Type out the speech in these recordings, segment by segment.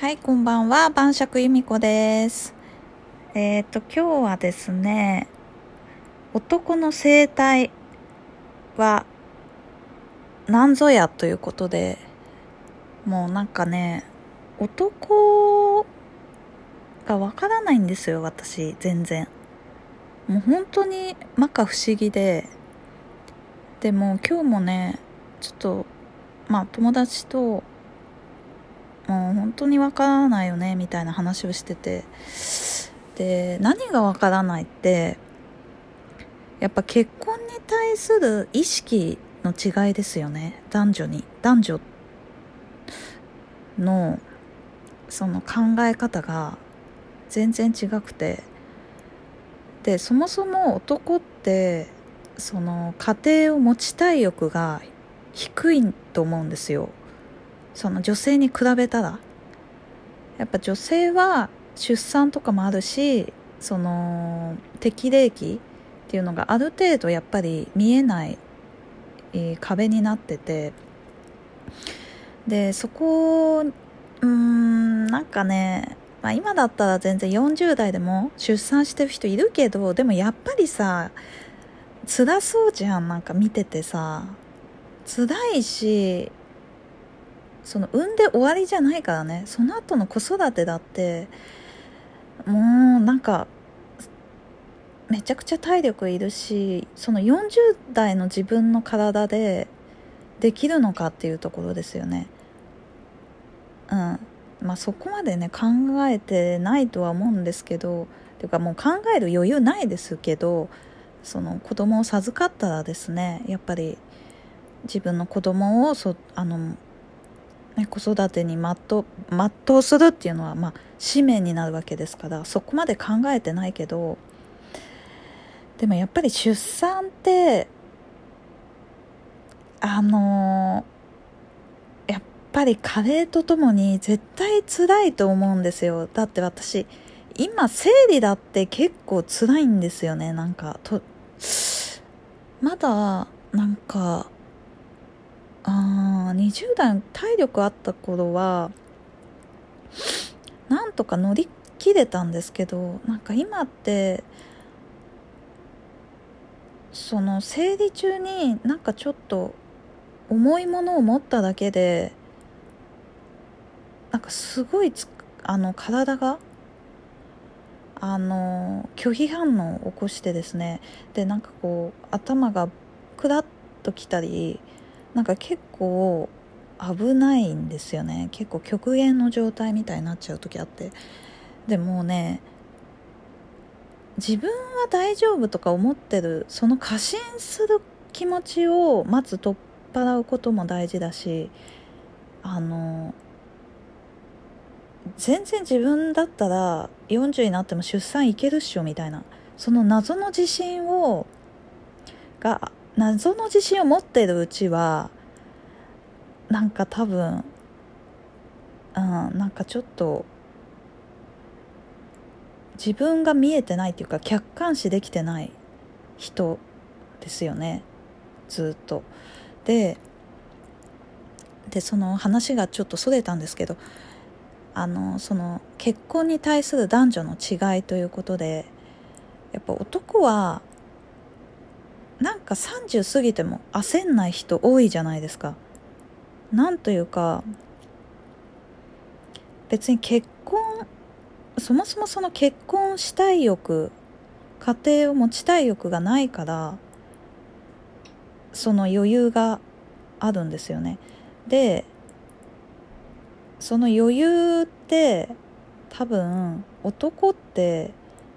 はい、こんばんは。晩酌由美子です。今日はですね、男の生態は何ぞやということで、もうなんかね、男がわからないんですよ、私、全然。もう本当に摩訶不思議で、でも今日もね、ちょっと、友達と、もう本当にわからないよね、みたいな話をしてて、で、何がわからないって、やっぱ結婚に対する意識の違いですよね。男女のその考え方が全然違くて、でそもそも男ってその家庭を持ちたい欲が低いと思うんですよ。その女性に比べたらやっぱ女性は出産とかもあるし、その適齢期っていうのがある程度やっぱり見えない、壁になってて、でそこなんかね、今だったら全然40代でも出産してる人いるけど、でもやっぱりさ辛そうじゃん。なんか見ててさ辛いし、その産んで終わりじゃないからね。その後の子育てだってもうなんかめちゃくちゃ体力いるし、その40代の自分の体でできるのかっていうところですよね。そこまでね考えてないとは思うんですけど、ていうかもう考える余裕ないですけど、その子供を授かったらですね、やっぱり自分の子供を子育てに全うするっていうのは使命になるわけですから、そこまで考えてないけど、でもやっぱり出産ってやっぱり加齢とともに絶対辛いと思うんですよ。だって私今生理だって結構辛いんですよね。まだなんか20代の体力あった頃はなんとか乗り切れたんですけど、なんか今ってその生理中になんかちょっと重いものを持っただけでなんかすごい体が拒否反応を起こしてですね、でなんかこう頭がクラッときたり、なんか結構危ないんですよね。結構極限の状態みたいになっちゃう時あって、でもうね、自分は大丈夫とか思ってるその過信する気持ちをまず取っ払うことも大事だし、全然自分だったら40になっても出産いけるっしょみたいな、その謎の自信を持ってるうちはなんか多分なんかちょっと自分が見えてないっていうか客観視できてない人ですよね、ずっと。でその話がちょっとそれたんですけど、その結婚に対する男女の違いということで、やっぱ男はなんか30過ぎても焦んない人多いじゃないですか。なんというか別にそもそもその結婚したい欲、家庭を持ちたい欲がないからその余裕があるんですよね。でその余裕って多分男って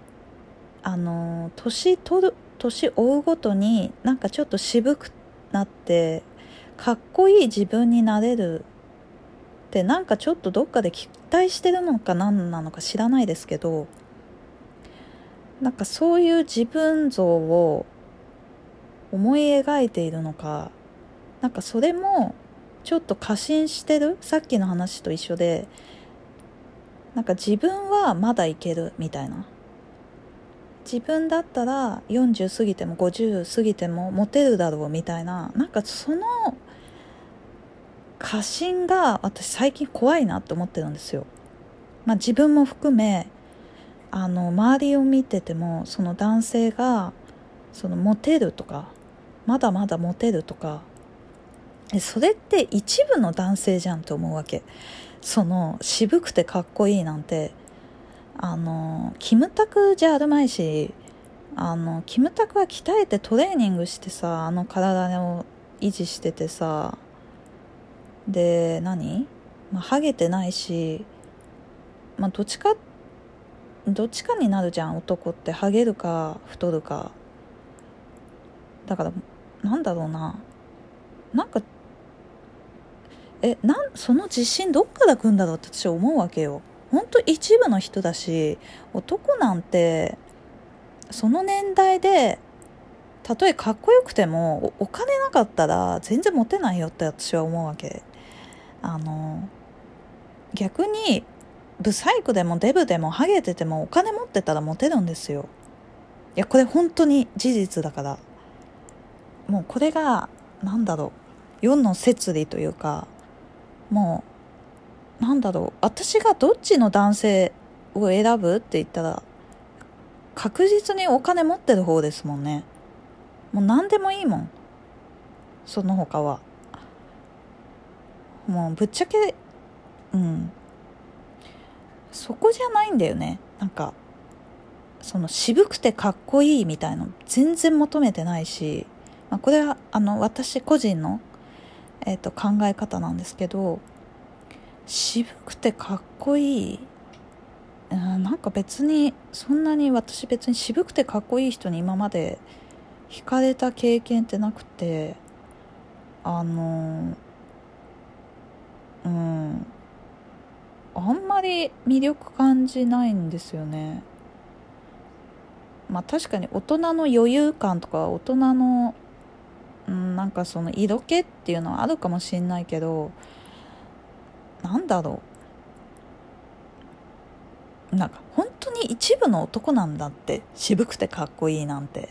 年追うごとになんかちょっと渋くなってかっこいい自分になれるってなんかちょっとどっかで期待してるのか何なのか知らないですけど、なんかそういう自分像を思い描いているのか、なんかそれもちょっと過信してる、さっきの話と一緒で、なんか自分はまだいけるみたいな、自分だったら40過ぎても50過ぎてもモテるだろうみたいな、なんかその過信が私最近怖いなって思ってるんですよ。 自分も含め周りを見てても、その男性がモテるとか、まだまだモテるとか、それって一部の男性じゃんと思うわけ。渋くてかっこいいなんてキムタクじゃあるまいし、キムタクは鍛えてトレーニングしてさ、体を維持しててさ、でハゲてないし、どっちかになるじゃん、男って。ハゲるか太るかだから、なんだろうな、なんかその自信どっから来るんだろうって私は思うわけよ。ほんと一部の人だし、男なんてその年代でたとえかっこよくても お金なかったら全然モテないよって私は思うわけ。逆にブサイクでもデブでもハゲててもお金持ってたらモテるんですよ。いや、これ本当に事実だから。もうこれが世の摂理というか、もう私がどっちの男性を選ぶって言ったら、確実にお金持ってる方ですもんね。もう何でもいいもん、その他は。もうぶっちゃけそこじゃないんだよね。渋くてかっこいいみたいの全然求めてないし、これは私個人の、考え方なんですけど、渋くてかっこいい、別にそんなに、私別に渋くてかっこいい人に今まで惹かれた経験ってなくて、あんまり魅力感じないんですよね。確かに大人の余裕感とか大人の色気っていうのはあるかもしれないけど、本当に一部の男なんだって、渋くてかっこいいなんて。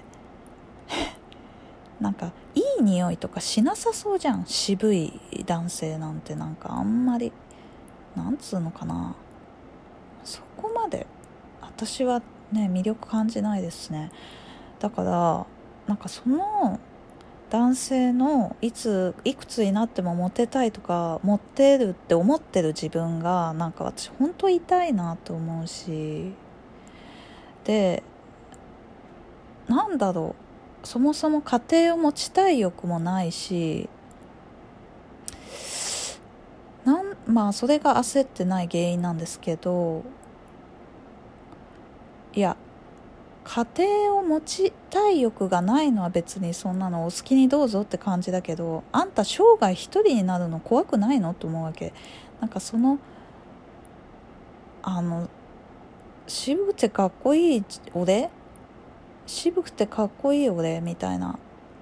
いい匂いとかしなさそうじゃん、渋い男性なんて。あんまりなんつうのかな、そこまで私はね魅力感じないですね。だからその男性のいくつになってもモテたいとか、モテるって思ってる自分が私本当痛いなと思うし、でそもそも家庭を持ちたい欲もないし、それが焦ってない原因なんですけど、いや、家庭を持ちたい欲がないのは別にそんなのお好きにどうぞって感じだけど、あんた生涯一人になるの怖くないのと思うわけ。渋くてかっこいい俺渋くてかっこいい俺みたいな、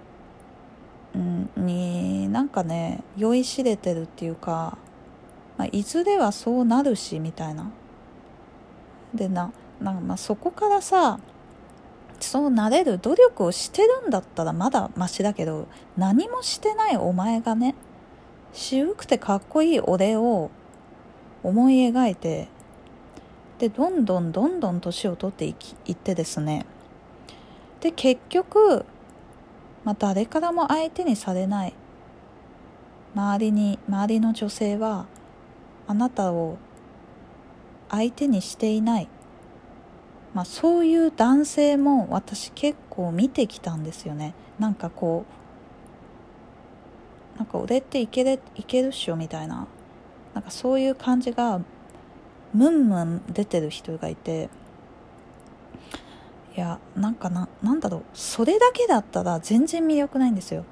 に酔いしれてるっていうか、いずれはそうなるしみたいな。でそこからさ、そうなれる努力をしてるんだったらまだマシだけど、何もしてないお前がね、渋くてかっこいい俺を思い描いて、でどんどん年を取っていってですね、で結局、誰からも相手にされない、周りの女性はあなたを相手にしていない、そういう男性も私結構見てきたんですよね。俺っていけるっしょみたいな、そういう感じがムンムン出てる人がいて、いやそれだけだったら全然魅力ないんですよ。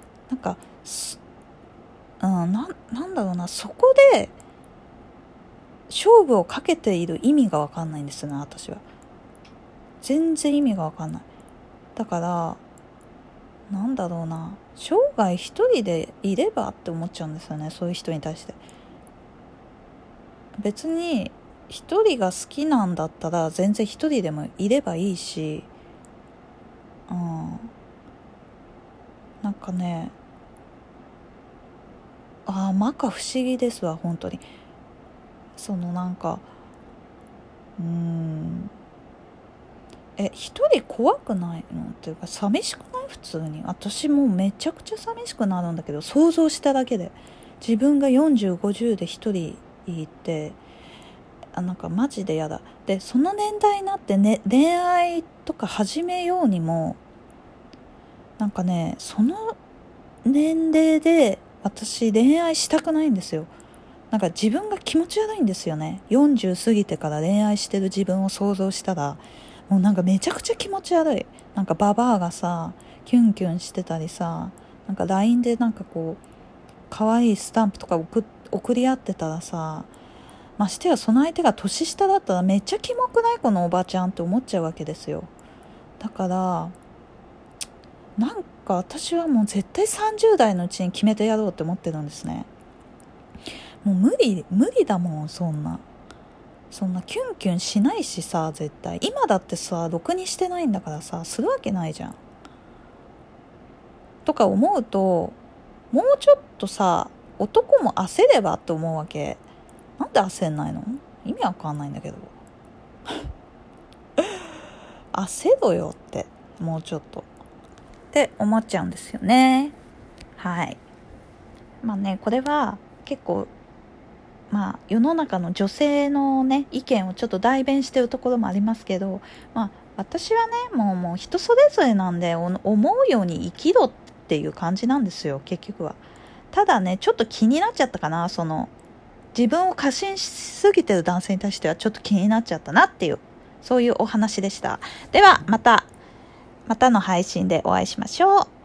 そこで勝負をかけている意味が分かんないんですよね、私は。全然意味が分かんない。だから生涯一人でいればって思っちゃうんですよね、そういう人に対して。別に一人が好きなんだったら全然一人でもいればいいし、摩訶不思議ですわ本当に。 一人怖くないのっていうか、寂しくない？普通に私もうめちゃくちゃ寂しくなるんだけど、想像しただけで自分が40、50で一人いて、なんかマジでやだ。でその年代になって、ね、恋愛とか始めようにもなんかね、その年齢で私恋愛したくないんですよ。なんか自分が気持ち悪いんですよね。40過ぎてから恋愛してる自分を想像したら、もうなんかめちゃくちゃ気持ち悪い。なんかババアがさ、キュンキュンしてたりさ、なんか LINE でなんかこう可愛いスタンプとか送り合ってたらさ、ましてやその相手が年下だったらめっちゃキモくないこのおばちゃんって思っちゃうわけですよ。だからなんか私はもう絶対30代のうちに決めてやろうって思ってるんですね。もう無理だもん。そんなキュンキュンしないしさ、絶対今だってさ、ろくにしてないんだからさ、するわけないじゃんとか思うと、もうちょっとさ、男も焦ればって思うわけ。なんで焦んないの？意味わかんないんだけど焦ろよって、もうちょっとって思っちゃうんですよね。はい。まあね、これは結構世の中の女性のね意見をちょっと代弁してるところもありますけど、私はね、もう人それぞれなんで、思うように生きろっていう感じなんですよ、結局は。ただね、ちょっと気になっちゃったかな。自分を過信しすぎてる男性に対してはちょっと気になっちゃったなっていう、そういうお話でした。ではまたの配信でお会いしましょう。